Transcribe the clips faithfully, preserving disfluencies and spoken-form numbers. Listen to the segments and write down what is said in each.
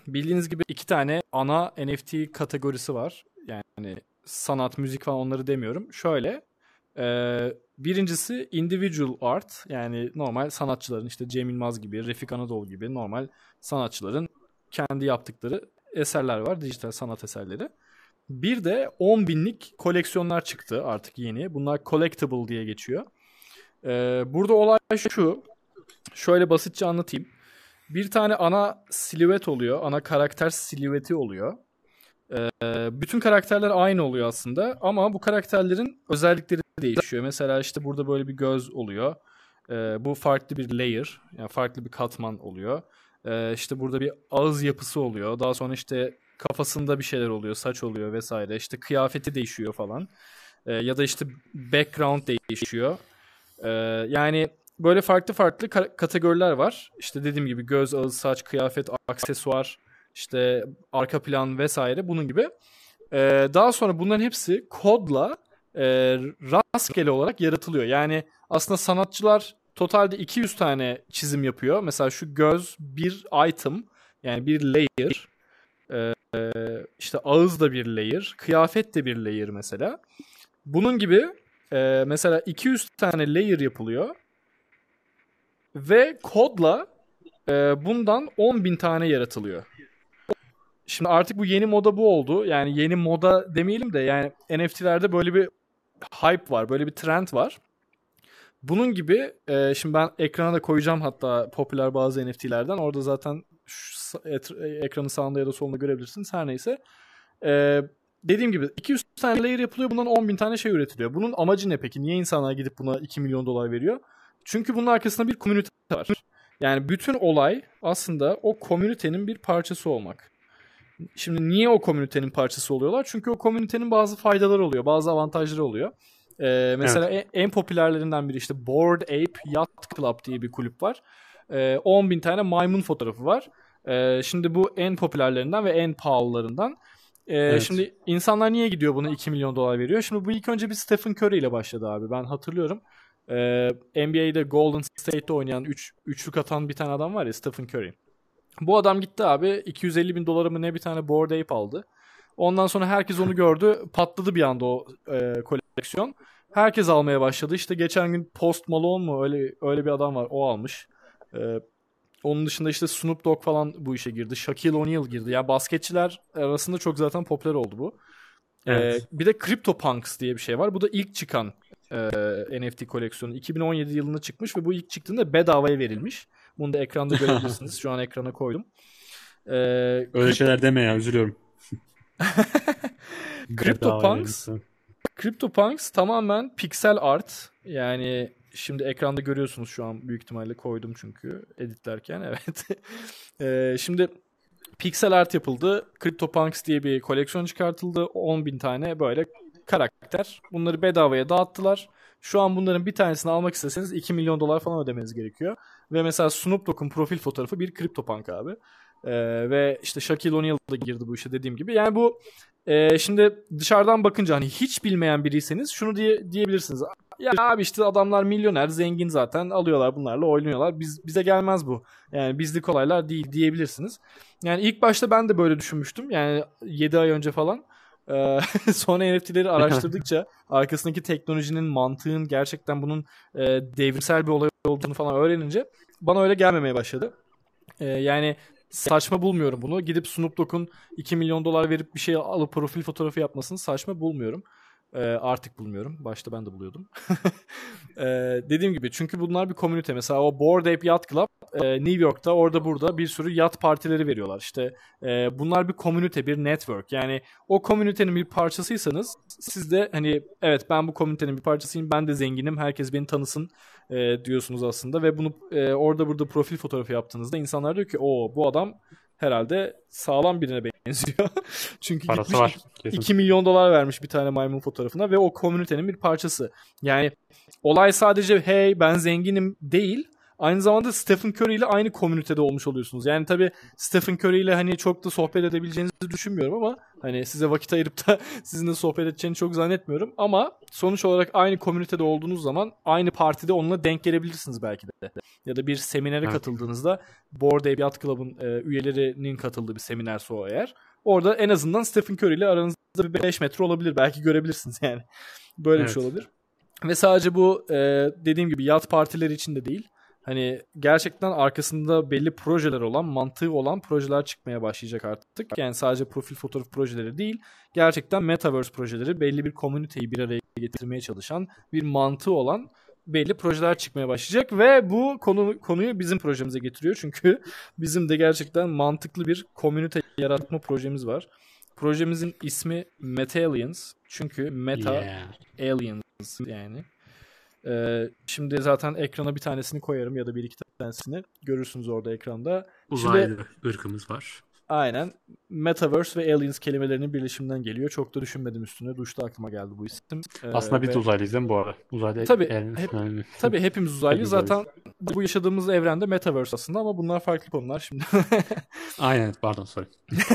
bildiğiniz gibi iki tane ana N F T kategorisi var. Yani sanat, müzik falan onları demiyorum. Şöyle, e, birincisi individual art. Yani normal sanatçıların işte Cem Yılmaz gibi, Refik Anadol gibi normal sanatçıların kendi yaptıkları eserler var. Dijital sanat eserleri. Bir de on binlik koleksiyonlar çıktı artık yeni. Bunlar collectible diye geçiyor. E, burada olay şu. Şöyle basitçe anlatayım. Bir tane ana silüet oluyor. Ana karakter silüeti oluyor. Ee, bütün karakterler aynı oluyor aslında. Ama bu karakterlerin özellikleri değişiyor. Mesela işte burada böyle bir göz oluyor. Ee, bu farklı bir layer. Yani farklı bir katman oluyor. Ee, işte burada bir ağız yapısı oluyor. Daha sonra işte kafasında bir şeyler oluyor. Saç oluyor vesaire. İşte kıyafeti değişiyor falan. Ee, ya da işte background değişiyor. Ee, yani böyle farklı farklı ka- kategoriler var. İşte dediğim gibi göz, ağız, saç, kıyafet, aksesuar, işte arka plan vesaire bunun gibi. Ee, daha sonra bunların hepsi kodla e, rastgele olarak yaratılıyor. Yani aslında sanatçılar totalde iki yüz tane çizim yapıyor. Mesela şu göz bir item, yani bir layer. Ee, işte ağız da bir layer, kıyafet de bir layer mesela. Bunun gibi e, mesela iki yüz tane layer yapılıyor. Ve kodla e, bundan on bin tane yaratılıyor. Şimdi artık bu yeni moda bu oldu. Yani yeni moda demeyelim de yani N F T'lerde böyle bir hype var. Böyle bir trend var. Bunun gibi e, şimdi ben ekrana da koyacağım hatta popüler bazı N F T'lerden. Orada zaten şu, et, ekranın sağında ya da solunda görebilirsiniz. Her neyse. E, dediğim gibi iki yüz tane layer yapılıyor. Bundan on bin tane şey üretiliyor. Bunun amacı ne peki? Niye insanlar gidip buna iki milyon dolar veriyor? Çünkü bunun arkasında bir komünite var. Yani bütün olay aslında o komünitenin bir parçası olmak. Şimdi niye o komünitenin parçası oluyorlar? Çünkü o komünitenin bazı faydaları oluyor, bazı avantajları oluyor. Ee, mesela Evet. en, en popülerlerinden biri işte Bored Ape Yacht Club diye bir kulüp var. Ee, on bin tane maymun fotoğrafı var. Ee, şimdi bu en popülerlerinden ve en pahalılarından. Ee, Evet. Şimdi insanlar niye gidiyor buna iki milyon dolar veriyor? Şimdi bu ilk önce bir Stephen Curry ile başladı abi. Ben hatırlıyorum. Ee, N B A'de Golden State'te oynayan üç, üçlük atan bir tane adam var ya, Stephen Curry. Bu adam gitti abi iki yüz elli bin doları mı ne bir tane Bored Ape aldı. Ondan sonra herkes onu gördü. Patladı bir anda o e, koleksiyon. Herkes almaya başladı. İşte geçen gün Post Malone mu öyle öyle bir adam var. O almış. E, onun dışında işte Snoop Dogg falan bu işe girdi. Shaquille O'Neal girdi. Yani basketçiler arasında çok zaten popüler oldu bu. E, Evet. bir de CryptoPunks diye bir şey var. Bu da ilk çıkan e, N F T koleksiyonu. iki bin on yedi yılında çıkmış ve bu ilk çıktığında bedavaya verilmiş. Bunu da ekranda görebilirsiniz. Şu an ekrana koydum. Ee, Öyle Crypto şeyler deme ya, üzülüyorum. Bedavaya CryptoPunks verirsen. CryptoPunks tamamen piksel art. Yani şimdi ekranda görüyorsunuz şu an, büyük ihtimalle koydum çünkü editlerken, evet. Ee, şimdi piksel art yapıldı. CryptoPunks diye bir koleksiyon çıkartıldı. on bin tane böyle karakter. Bunları bedavaya dağıttılar. Şu an bunların bir tanesini almak isteseniz iki milyon dolar falan ödemeniz gerekiyor. Ve mesela Snoop Dogg'un profil fotoğrafı bir CryptoPunk abi. Ee, ve işte Shaquille O'Neal da girdi bu işe, dediğim gibi. Yani bu e, şimdi dışarıdan bakınca hani hiç bilmeyen biriyseniz şunu diye diyebilirsiniz. Ya abi işte adamlar milyoner, zengin zaten, alıyorlar bunlarla oynuyorlar. Biz bize gelmez bu. Yani bizlik olaylar değil diyebilirsiniz. Yani ilk başta ben de böyle düşünmüştüm. Yani yedi ay önce falan. Ee, sonra N F T'leri araştırdıkça arkasındaki teknolojinin, mantığın gerçekten bunun e, devrimsel bir olay olduğunu falan öğrenince bana öyle gelmemeye başladı. Ee, yani saçma bulmuyorum bunu. Gidip Snoop Dogg'un iki milyon dolar verip bir şey alıp profil fotoğrafı yapmasını saçma bulmuyorum. Ee, artık bulmuyorum. Başta ben de buluyordum. Ee, dediğim gibi, çünkü bunlar bir komünite. Mesela o Bored Ape Yacht Club e, New York'ta orada burada bir sürü yat partileri veriyorlar. İşte e, bunlar bir komünite, bir network. Yani o komünitenin bir parçasıysanız siz de hani evet ben bu komünitenin bir parçasıyım, ben de zenginim, herkes beni tanısın e, diyorsunuz aslında. Ve bunu e, orada burada profil fotoğrafı yaptığınızda insanlar diyor ki o bu adam herhalde sağlam birine benziyor. Çünkü Parası gitmiş var kesin. iki milyon dolar vermiş bir tane maymun fotoğrafına ve o komünitenin bir parçası. Yani olay sadece hey ben zenginim değil, aynı zamanda Stephen Curry ile aynı komünitede olmuş oluyorsunuz. Yani tabii Stephen Curry ile hani çok da sohbet edebileceğinizi düşünmüyorum ama hani size vakit ayırıp da sizinle sohbet edeceğini çok zannetmiyorum. Ama sonuç olarak aynı komünitede olduğunuz zaman aynı partide onunla denk gelebilirsiniz belki de. Ya da bir seminere Evet. katıldığınızda Bored Ape Yacht Club'ın e, üyelerinin katıldığı bir seminerse o eğer. Orada en azından Stephen Curry ile aranızda bir beş metre olabilir. Belki görebilirsiniz yani. Böyle Evet. bir şey olabilir. Ve sadece bu e, dediğim gibi yat partileri için de değil. Hani gerçekten arkasında belli projeler olan, mantığı olan projeler çıkmaya başlayacak artık. Yani sadece profil fotoğraf projeleri değil, gerçekten metaverse projeleri, belli bir komüniteyi bir araya getirmeye çalışan, bir mantığı olan belli projeler çıkmaya başlayacak ve bu konu konuyu bizim projemize getiriyor. Çünkü bizim de gerçekten mantıklı bir komünite yaratma projemiz var. Projemizin ismi Meta-Aliens. Çünkü meta Yeah. aliens yani. Ee, şimdi zaten ekrana bir tanesini koyarım ya da bir iki tanesini görürsünüz orada ekranda. Uzaylı Şimdi ırkımız var. aynen Metaverse ve Aliens kelimelerinin birleşiminden geliyor. Çok da düşünmedim üstüne. Duşta aklıma geldi bu isim. Ee, Aslında biz ve... de uzaylıyız değil mi bu arada? Uzaylı Tabii, el... hep, yani... tabii hepimiz uzaylıyız. hepimiz Zaten bu yaşadığımız evrende Metaverse aslında ama bunlar farklı konular şimdi. Aynen, pardon, sorry.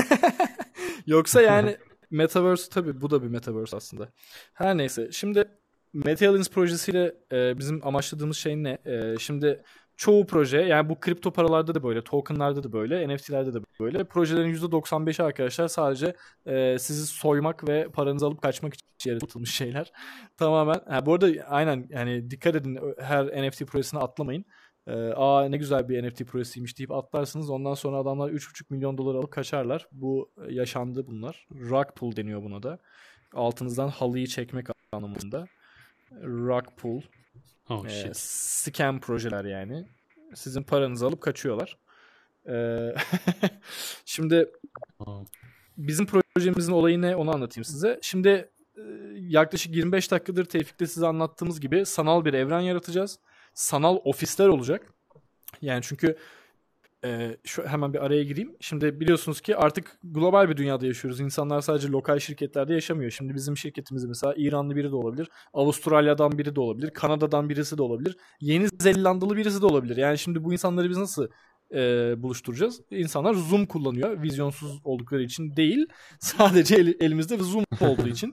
Yoksa yani Metaverse tabii bu da bir Metaverse aslında. Her neyse. Şimdi Meta-Aliens projesiyle e, bizim amaçladığımız şey ne? E, şimdi çoğu proje, yani bu kripto paralarda da böyle, tokenlarda da böyle, N F T'lerde de böyle. Projelerin yüzde doksan beşi arkadaşlar sadece e, sizi soymak ve paranızı alıp kaçmak için yaratılmış şeyler. Tamamen. Ha, bu arada aynen yani dikkat edin, her N F T projesine atlamayın. Ee, Aa ne güzel bir N F T projesiymiş deyip atlarsınız. Ondan sonra adamlar üç buçuk milyon dolar alıp kaçarlar. Bu yaşandı bunlar. Rug pull deniyor buna da. Altınızdan halıyı çekmek anlamında. Rug pull. Oh Ee, shit. scam projeler yani. Sizin paranızı alıp kaçıyorlar. Ee, Şimdi Oh. bizim projemizin olayı ne onu anlatayım size. Şimdi e, yaklaşık yirmi beş dakikadır Tevfik'te size anlattığımız gibi sanal bir evren yaratacağız. Sanal ofisler olacak. Yani çünkü e, şu hemen bir araya gireyim. Şimdi biliyorsunuz ki artık global bir dünyada yaşıyoruz. İnsanlar sadece lokal şirketlerde yaşamıyor. Şimdi bizim şirketimiz mesela İranlı biri de olabilir, Avustralya'dan biri de olabilir, Kanada'dan birisi de olabilir, Yeni Zelandalı birisi de olabilir. Yani şimdi bu insanları biz nasıl e, buluşturacağız? İnsanlar Zoom kullanıyor. Vizyonsuz oldukları için değil. Sadece el, elimizde Zoom olduğu için.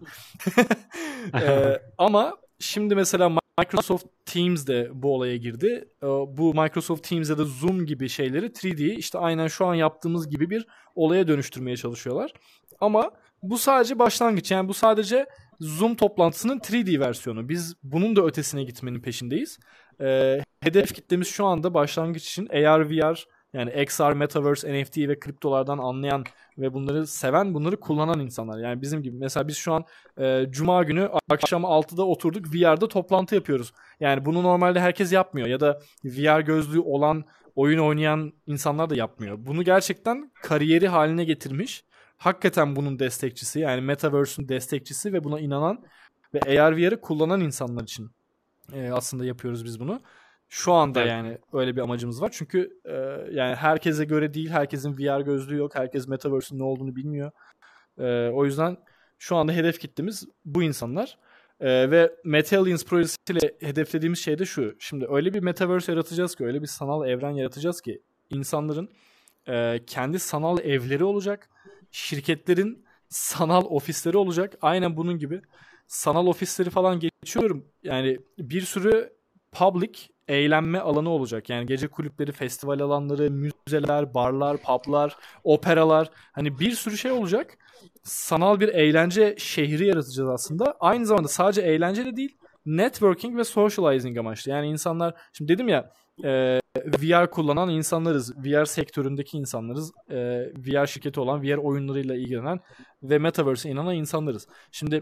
e, ama şimdi mesela Microsoft Teams de bu olaya girdi. Bu Microsoft Teams ya da Zoom gibi şeyleri üç D'yi işte aynen şu an yaptığımız gibi bir olaya dönüştürmeye çalışıyorlar. Ama bu sadece başlangıç. Yani bu sadece Zoom toplantısının üç D versiyonu. Biz bunun da ötesine gitmenin peşindeyiz. Ee, hedef kitlemiz şu anda başlangıç için A R, V R yani X R, Metaverse, N F T ve kriptolardan anlayan ve bunları seven, bunları kullanan insanlar. Yani bizim gibi. Mesela biz şu an e, Cuma günü akşam altıda oturduk, V R'da toplantı yapıyoruz. Yani bunu normalde herkes yapmıyor. Ya da V R gözlüğü olan, oyun oynayan insanlar da yapmıyor. Bunu gerçekten kariyeri haline getirmiş. Hakikaten bunun destekçisi, yani Metaverse'ün destekçisi ve buna inanan ve A R V R'ı kullanan insanlar için e, aslında yapıyoruz biz bunu. Şu anda Evet. yani öyle bir amacımız var. Çünkü e, yani herkese göre değil, herkesin V R gözlüğü yok, herkes Metaverse'ün ne olduğunu bilmiyor. E, o yüzden şu anda hedef kitlemiz bu insanlar. E, ve Meta-Aliens projesiyle hedeflediğimiz şey de şu. Şimdi öyle bir Metaverse yaratacağız ki, öyle bir sanal evren yaratacağız ki insanların e, kendi sanal evleri olacak. Şirketlerin sanal ofisleri olacak. Aynen bunun gibi. Sanal ofisleri falan geçiyorum. Yani bir sürü public eğlenme alanı olacak. Yani gece kulüpleri, festival alanları, müzeler, barlar, publar, operalar. Hani bir sürü şey olacak. Sanal bir eğlence şehri yaratacağız aslında. Aynı zamanda sadece eğlence de değil, networking ve socializing amaçlı. Yani insanlar, şimdi dedim ya, e, V R kullanan insanlarız. V R sektöründeki insanlarız. E, V R şirketi olan, V R oyunlarıyla ilgilenen ve Metaverse'e inanan insanlarız. Şimdi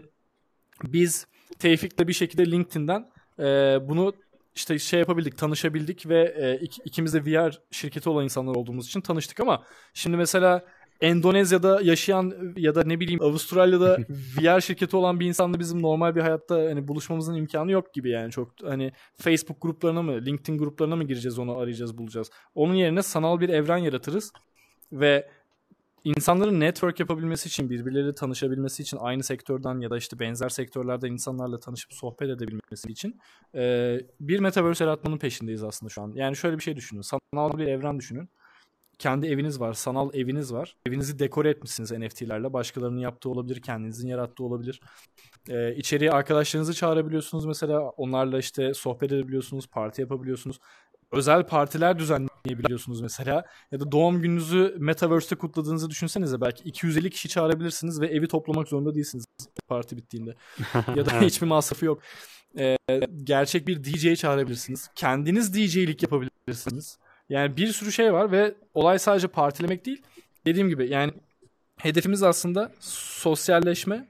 biz Tevfik'le bir şekilde LinkedIn'den e, bunu işte şey yapabildik, tanışabildik ve e, ik- ikimiz de V R şirketi olan insanlar olduğumuz için tanıştık ama şimdi mesela Endonezya'da yaşayan ya da ne bileyim Avustralya'da V R şirketi olan bir insanla bizim normal bir hayatta hani buluşmamızın imkanı yok gibi. Yani çok hani Facebook gruplarına mı, LinkedIn gruplarına mı gireceğiz, onu arayacağız, bulacağız. Onun yerine sanal bir evren yaratırız ve insanların network yapabilmesi için, birbirleriyle tanışabilmesi için, aynı sektörden ya da işte benzer sektörlerden insanlarla tanışıp sohbet edebilmesi için e, bir metaverse yaratmanın peşindeyiz aslında şu an. Yani şöyle bir şey düşünün. Sanal bir evren düşünün. Kendi eviniz var, sanal eviniz var. Evinizi dekore etmişsiniz N F T'lerle. Başkalarının yaptığı olabilir, kendinizin yarattığı olabilir. Ee, içeriye arkadaşlarınızı çağırabiliyorsunuz mesela. Onlarla işte sohbet edebiliyorsunuz, parti yapabiliyorsunuz. Özel partiler düzenleyebiliyorsunuz mesela. Ya da doğum gününüzü Metaverse'te kutladığınızı düşünsenize. Belki iki yüz elli kişi çağırabilirsiniz ve evi toplamak zorunda değilsiniz parti bittiğinde. Ya da Evet. hiçbir masrafı yok. Ee, gerçek bir D J çağırabilirsiniz. Kendiniz D J'lik yapabilirsiniz. Yani bir sürü şey var ve olay sadece partilemek değil. Dediğim gibi yani hedefimiz aslında sosyalleşme.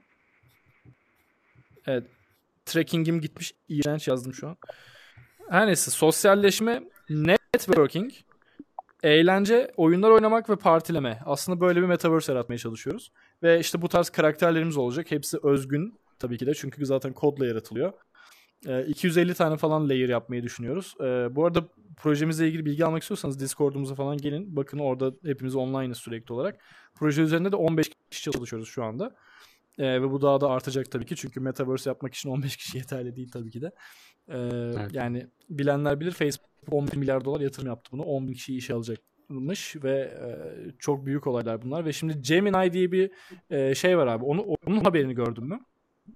Evet. Tracking'im gitmiş. İğrenç yazdım şu an. Her neyse, sosyalleşme, networking, eğlence, oyunlar oynamak ve partileme. Aslında böyle bir metaverse yaratmaya çalışıyoruz. Ve işte bu tarz karakterlerimiz olacak. Hepsi özgün tabii ki de, çünkü zaten kodla yaratılıyor. Ee, iki yüz elli tane falan layer yapmayı düşünüyoruz. Ee, bu arada projemizle ilgili bilgi almak istiyorsanız Discord'umuza falan gelin. Bakın orada hepimiz online'ız sürekli olarak. Proje üzerinde de on beş kişi çalışıyoruz şu anda. Ee, ve bu daha da artacak tabii ki. Çünkü metaverse yapmak için on beş kişi yeterli değil tabii ki de. Ee, Evet. Yani bilenler bilir, Facebook on bir milyar dolar yatırım yaptı bunu. on bin kişiyi işe alacakmış ve e, çok büyük olaylar bunlar. Ve şimdi Gemini diye bir e, şey var abi. Onu, onun haberini gördün mü?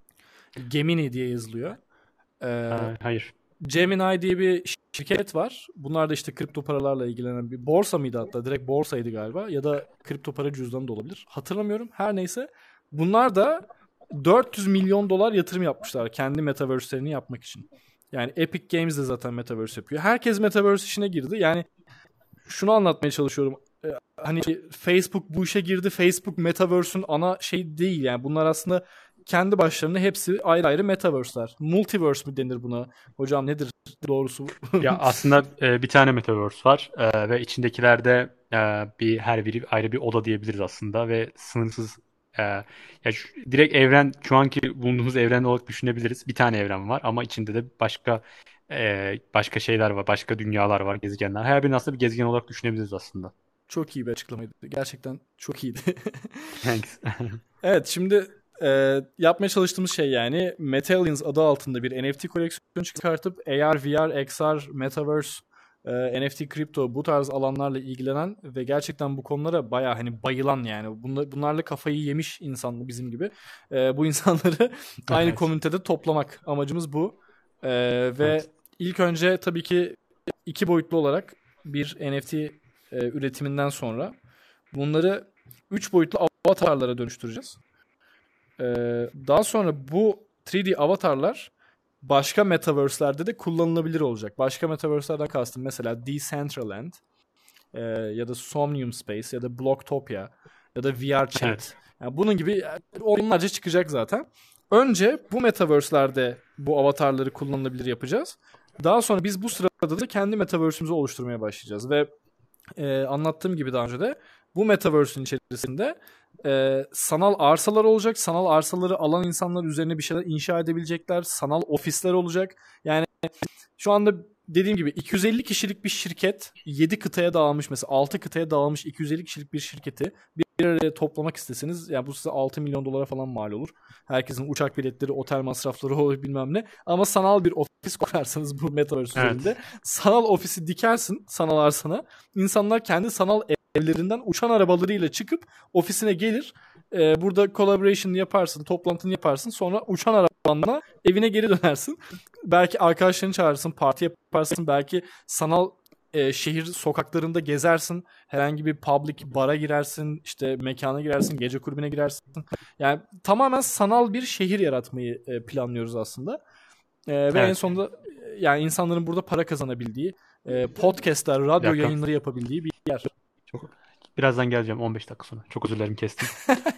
Gemini diye yazılıyor. Ee, Ee, hayır. Gemini diye bir şirket var. Bunlar da işte kripto paralarla ilgilenen bir borsa mıydı hatta? Direkt borsaydı galiba. Ya da kripto para cüzdanı da olabilir. Hatırlamıyorum. Her neyse. Bunlar da dört yüz milyon dolar yatırım yapmışlar kendi metaverse'lerini yapmak için. Yani Epic Games de zaten metaverse yapıyor. Herkes metaverse işine girdi. Yani şunu anlatmaya çalışıyorum. Ee, Hani Facebook bu işe girdi. Facebook metaverse'ün ana şey değil. Yani bunlar aslında kendi başlarına hepsi ayrı ayrı metaverse'ler. Multiverse mi denir buna? Hocam nedir doğrusu? Ya aslında e, bir tane metaverse var e, ve içindekilerde e, bir her biri ayrı bir oda diyebiliriz aslında ve sınırsız e, ya şu- direkt evren şu anki bulunduğumuz evren olarak düşünebiliriz. Bir tane evren var ama içinde de başka e, başka şeyler var, başka dünyalar var, gezegenler. Her birini aslında bir gezegen olarak düşünebiliriz aslında. Çok iyi bir açıklamaydı. Gerçekten çok iyiydi. Thanks. Evet, şimdi e, yapmaya çalıştığımız şey yani Metalians adı altında bir N F T koleksiyonu çıkartıp A R, V R, X R, Metaverse, e, N F T, kripto, bu tarz alanlarla ilgilenen ve gerçekten bu konulara bayağı hani bayılan, yani bunlar, bunlarla kafayı yemiş insanlı bizim gibi. E, bu insanları aynı Evet. komünitede toplamak, amacımız bu. E, ve Evet. ilk önce tabii ki iki boyutlu olarak bir N F T e, üretiminden sonra bunları üç boyutlu avatarlara dönüştüreceğiz. Ee, Daha sonra bu üç D avatarlar başka metaverse'lerde de kullanılabilir olacak. Başka metaverse'lerden kastım mesela Decentraland e, ya da Somnium Space ya da Blocktopia ya da V R Chat. Evet. Yani bunun gibi onlarca çıkacak zaten. Önce bu metaverse'lerde bu avatarları kullanılabilir yapacağız. Daha sonra biz bu sırada da kendi metaverse'ümüzü oluşturmaya başlayacağız ve e, anlattığım gibi daha önce de bu metaverse'ün içerisinde e, sanal arsalar olacak. Sanal arsaları alan insanlar üzerine bir şeyler inşa edebilecekler. Sanal ofisler olacak. Yani şu anda dediğim gibi iki yüz elli kişilik bir şirket yedi kıtaya dağılmış, mesela altı kıtaya dağılmış iki yüz elli kişilik bir şirketi bir araya toplamak isteseniz yani bu size altı milyon dolara falan mal olur. Herkesin uçak biletleri, otel masrafları olur bilmem ne. Ama sanal bir ofis kurarsanız bu metaverse Evet. üzerinde sanal ofisi dikersin sanal arsana. İnsanlar kendi sanal evlerinden uçan arabalarıyla çıkıp ofisine gelir. Ee, burada collaboration yaparsın, toplantını yaparsın. Sonra uçan arabanla evine geri dönersin. Belki arkadaşlarını çağırırsın, parti yaparsın. Belki sanal e, şehir sokaklarında gezersin. Herhangi bir public bara girersin, işte mekana girersin, gece kulübüne girersin. Yani tamamen sanal bir şehir yaratmayı e, planlıyoruz aslında. E, ve en Evet. sonunda e, yani insanların burada para kazanabildiği, e, podcastler, radyo Bir dakika. yayınları yapabildiği bir yer. Çok birazdan geleceğim on beş dakika sonra. Çok özür dilerim kestim.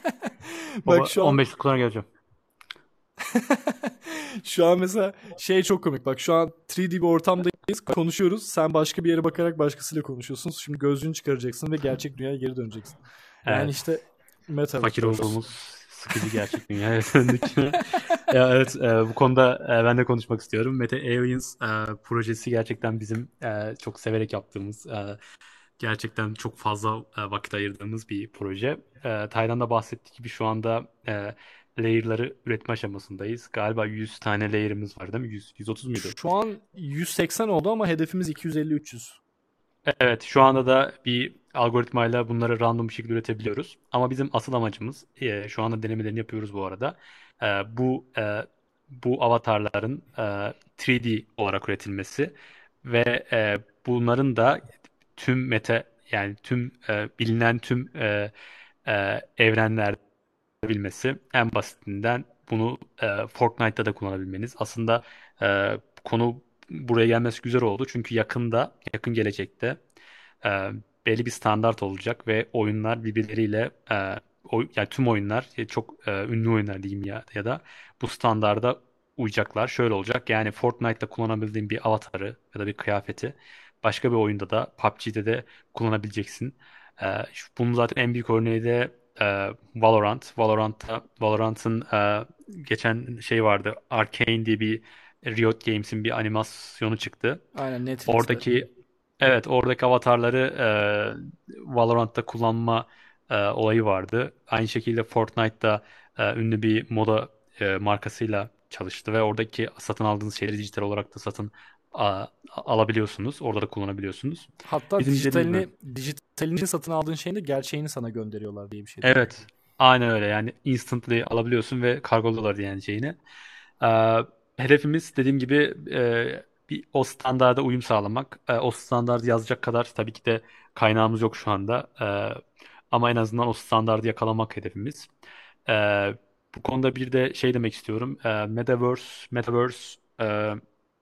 Bak Baba şu an on beş dakika sonra geleceğim. şu an mesela şey çok komik. Bak şu an üç D bir ortamdayız, konuşuyoruz. Sen başka bir yere bakarak başkasıyla konuşuyorsun. Şimdi gözlüğünü çıkaracaksın ve gerçek dünyaya geri döneceksin. Yani Evet. işte metaverse. Fakir olduğumuz sıkıcı gerçek dünyaya döndük. Ya evet, e, bu konuda e, ben de konuşmak istiyorum. Meta Aliens e, projesi gerçekten bizim e, çok severek yaptığımız, e, Gerçekten çok fazla e, vakit ayırdığımız bir proje. E, Tayland'da bahsettiği gibi şu anda e, layer'ları üretme aşamasındayız. Galiba yüz tane layer'ımız var değil mi? yüz, yüz otuz muydu? Şu an yüz seksen oldu ama hedefimiz iki yüz elli üç yüz. Evet, şu anda da bir algoritmayla bunları random bir şekilde üretebiliyoruz. Ama bizim asıl amacımız, e, şu anda denemelerini yapıyoruz bu arada. E, bu e, bu avatarların e, üç D olarak üretilmesi ve e, bunların da tüm meta, yani tüm e, bilinen tüm e, e, evrenlerde bilmesi. En basitinden bunu e, Fortnite'da da kullanabilmeniz. Aslında e, konu buraya gelmesi güzel oldu. Çünkü yakında, yakın gelecekte e, belli bir standart olacak ve oyunlar birbirleriyle e, oy, yani tüm oyunlar, e, çok e, ünlü oyunlar diyeyim ya ya da bu standarda uyacaklar. Şöyle olacak. Yani Fortnite'da kullanabildiğin bir avatarı ya da bir kıyafeti başka bir oyunda da P U B G'de de kullanabileceksin. E, şu- bunun zaten en büyük örneği de e, Valorant. Valorant'ta Valorant'ın e, geçen şey vardı. Arcane diye bir Riot Games'in bir animasyonu çıktı. Aynen, Netflix'te. Oradaki evet oradaki avatarları e, Valorant'ta kullanma e, olayı vardı. Aynı şekilde Fortnite'da e, ünlü bir moda e, markasıyla çalıştı ve oradaki satın aldığınız şeyleri dijital olarak da satın a- alabiliyorsunuz. Orada da kullanabiliyorsunuz. Hatta Bizim dediğim gibi. dijitalini dijitalini satın aldığın şeyin de gerçeğini sana gönderiyorlar diye bir şey duydum. Evet. Aynen öyle, yani instantly alabiliyorsun ve kargoluyorlar yani şeyini. Ee, Hedefimiz dediğim gibi e, bir o standarda uyum sağlamak. E, o standardı yazacak kadar tabii ki de kaynağımız yok şu anda. E, ama en azından o standardı yakalamak hedefimiz. E, Bu konuda bir de şey demek istiyorum. E, Metaverse, Metaverse e,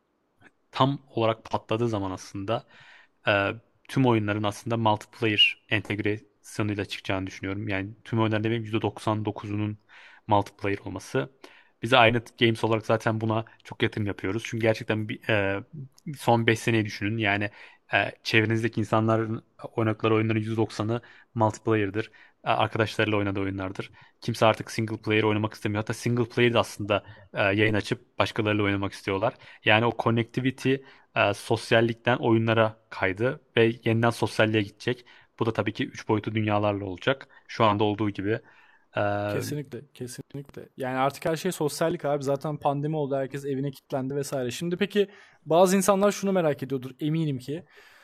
tam olarak patladığı zaman aslında e, tüm oyunların aslında multiplayer entegrasyonuyla çıkacağını düşünüyorum. Yani tüm oyunların demeyeyim yüzde doksan dokuzunun multiplayer olması. Biz de Ironed Games olarak zaten buna çok yatırım yapıyoruz. Çünkü gerçekten bir, e, son beş seneyi düşünün. Yani e, çevrenizdeki insanların oynadıkları oyunların yüzde doksanı multiplayer'dır. E, arkadaşlarıyla oynadığı oyunlardır. Kimse artık single player oynamak istemiyor. Hatta single player de aslında e, yayın açıp başkalarıyla oynamak istiyorlar. Yani o connectivity e, sosyallikten oyunlara kaydı ve yeniden sosyalliğe gidecek. Bu da tabii ki üç boyutlu dünyalarla olacak. Şu anda olduğu gibi. E, Kesinlikle, kesinlikle. Yani artık her şey sosyallik abi. Zaten pandemi oldu, herkes evine kilitlendi vesaire. Şimdi peki bazı insanlar şunu merak ediyordur eminim ki.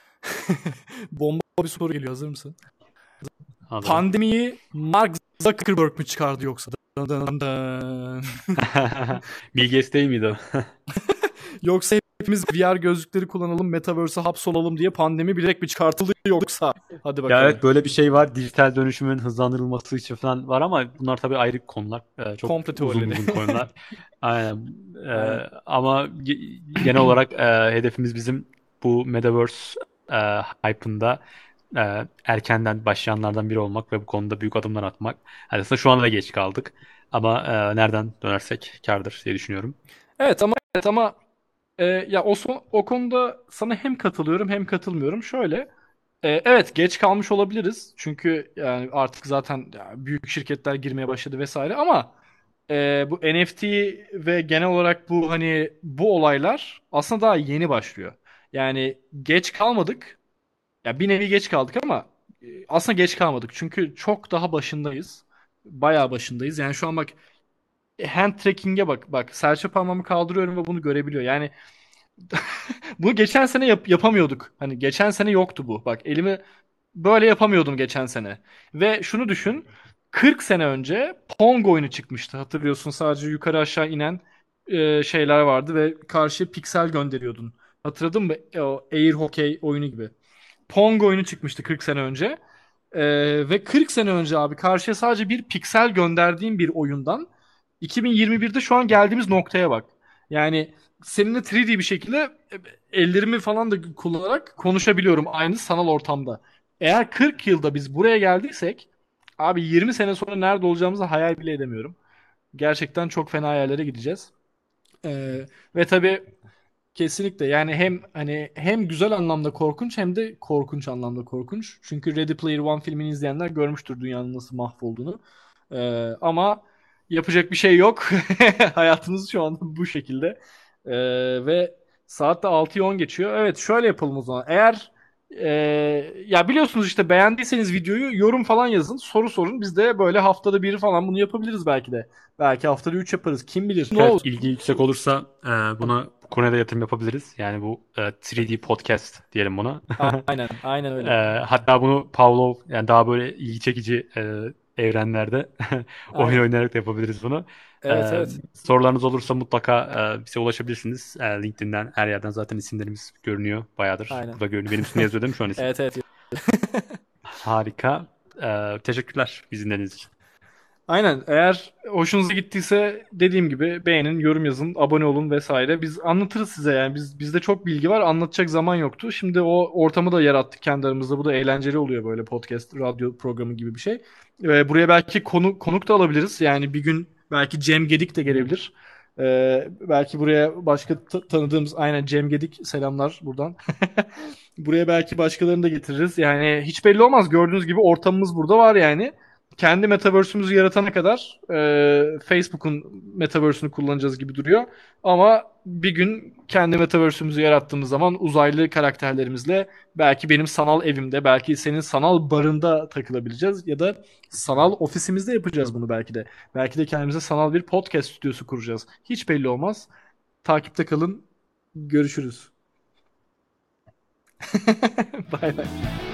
Bomba bir soru geliyor, hazır mısın? Hazırım. Pandemiyi Mark Zuckerberg mi çıkardı yoksa? Dın dın dın. Bill Gates değil miydi o? Yoksa hepimiz V R gözlükleri kullanalım, Metaverse'e hapsolalım diye pandemi bilerek mi çıkartıldı yoksa? Hadi Ya bakalım. evet, böyle bir şey var. Dijital dönüşümün hızlandırılması için falan var ama bunlar tabii ayrı konular. Ee, çok Komplo uzun teorileri. uzun konular. Aynen. Ee, Aynen. ama ge- genel olarak e, hedefimiz bizim bu Metaverse e, hype'ında e, erkenden başlayanlardan biri olmak ve bu konuda büyük adımlar atmak. Yani aslında şu anda da geç kaldık. Ama e, nereden dönersek kârdır diye düşünüyorum. Evet ama evet ama e, ya o son, o konuda sana hem katılıyorum hem katılmıyorum. Şöyle, e, evet geç kalmış olabiliriz. Çünkü yani artık zaten ya, büyük şirketler girmeye başladı vesaire ama e, bu N F T ve genel olarak bu hani bu olaylar aslında daha yeni başlıyor. Yani geç kalmadık. Ya bir nevi geç kaldık ama e, aslında geç kalmadık. Çünkü çok daha başındayız. Bayağı başındayız. Yani şu an bak, hand tracking'e bak. Bak, serçe parmağımı kaldırıyorum ve bunu görebiliyor. Yani bunu geçen sene yap- yapamıyorduk. Hani geçen sene yoktu bu. Bak, elimi böyle yapamıyordum geçen sene. Ve şunu düşün. kırk sene önce Pong oyunu çıkmıştı. Hatırlıyorsun, sadece yukarı aşağı inen e, şeyler vardı ve karşıya piksel gönderiyordun. Hatırladın mı? E, O Air Hockey oyunu gibi. Pong oyunu çıkmıştı kırk sene önce. Ee, ve kırk sene önce abi karşıya sadece bir piksel gönderdiğim bir oyundan iki bin yirmi birde şu an geldiğimiz noktaya bak. Yani seninle üç D bir şekilde e, ellerimi falan da kullanarak konuşabiliyorum aynı sanal ortamda. Eğer kırk yılda biz buraya geldiysek abi yirmi sene sonra nerede olacağımızı hayal bile edemiyorum. Gerçekten çok fena yerlere gideceğiz. Ee, ve tabii kesinlikle, yani hem hani hem güzel anlamda korkunç hem de korkunç anlamda korkunç. Çünkü Ready Player One filmini izleyenler görmüştür dünyanın nasıl mahvolduğunu. Ee, ama yapacak bir şey yok. Hayatımız şu anda bu şekilde. Ee, ve saat de altıyı on geçiyor. Evet, şöyle yapalım o zaman. Eğer Ee, ya biliyorsunuz işte beğendiyseniz videoyu yorum falan yazın. Soru sorun. Biz de böyle haftada bir falan bunu yapabiliriz belki de. Belki haftada üç yaparız. Kim bilir. Ne Evet, olur. ilgi yüksek olursa e, buna bu konuya da yatırım yapabiliriz. Yani bu e, üç D podcast diyelim buna. Aynen. Aynen E, öyle. hatta bunu Pavlov, yani daha böyle ilgi çekici e, evrenlerde oyun Aynen. oynayarak da yapabiliriz bunu. Evet, E, evet. sorularınız olursa mutlaka e, bize ulaşabilirsiniz. E, LinkedIn'den her yerden zaten isimlerimiz görünüyor bayağıdır. Aynen. Burada görünüyor. Benim üstümde yazıyor değil mi şu an isim? Evet, evet. Harika. E, teşekkürler bizi dinlediğiniz için. Aynen. Eğer hoşunuza gittiyse dediğim gibi beğenin, yorum yazın, abone olun vesaire. Biz anlatırız size yani. Biz bizde çok bilgi var. Anlatacak zaman yoktu. Şimdi o ortamı da yarattık kendi aramızda. Bu da eğlenceli oluyor böyle podcast, radyo programı gibi bir şey. Ve buraya belki konu konuk da alabiliriz. Yani bir gün belki Cem Gedik de gelebilir. Ee, belki buraya başka ta- tanıdığımız aynen Cem Gedik selamlar buradan. Buraya belki başkalarını da getiririz. Yani hiç belli olmaz. Gördüğünüz gibi ortamımız burada var yani. Kendi metaverse'ümüzü yaratana kadar e, Facebook'un metaverse'ünü kullanacağız gibi duruyor. Ama bir gün kendi metaverse'ümüzü yarattığımız zaman uzaylı karakterlerimizle belki benim sanal evimde, belki senin sanal barında takılabileceğiz ya da sanal ofisimizde yapacağız bunu belki de. Belki de kendimize sanal bir podcast stüdyosu kuracağız. Hiç belli olmaz. Takipte kalın. Görüşürüz. Bay bay.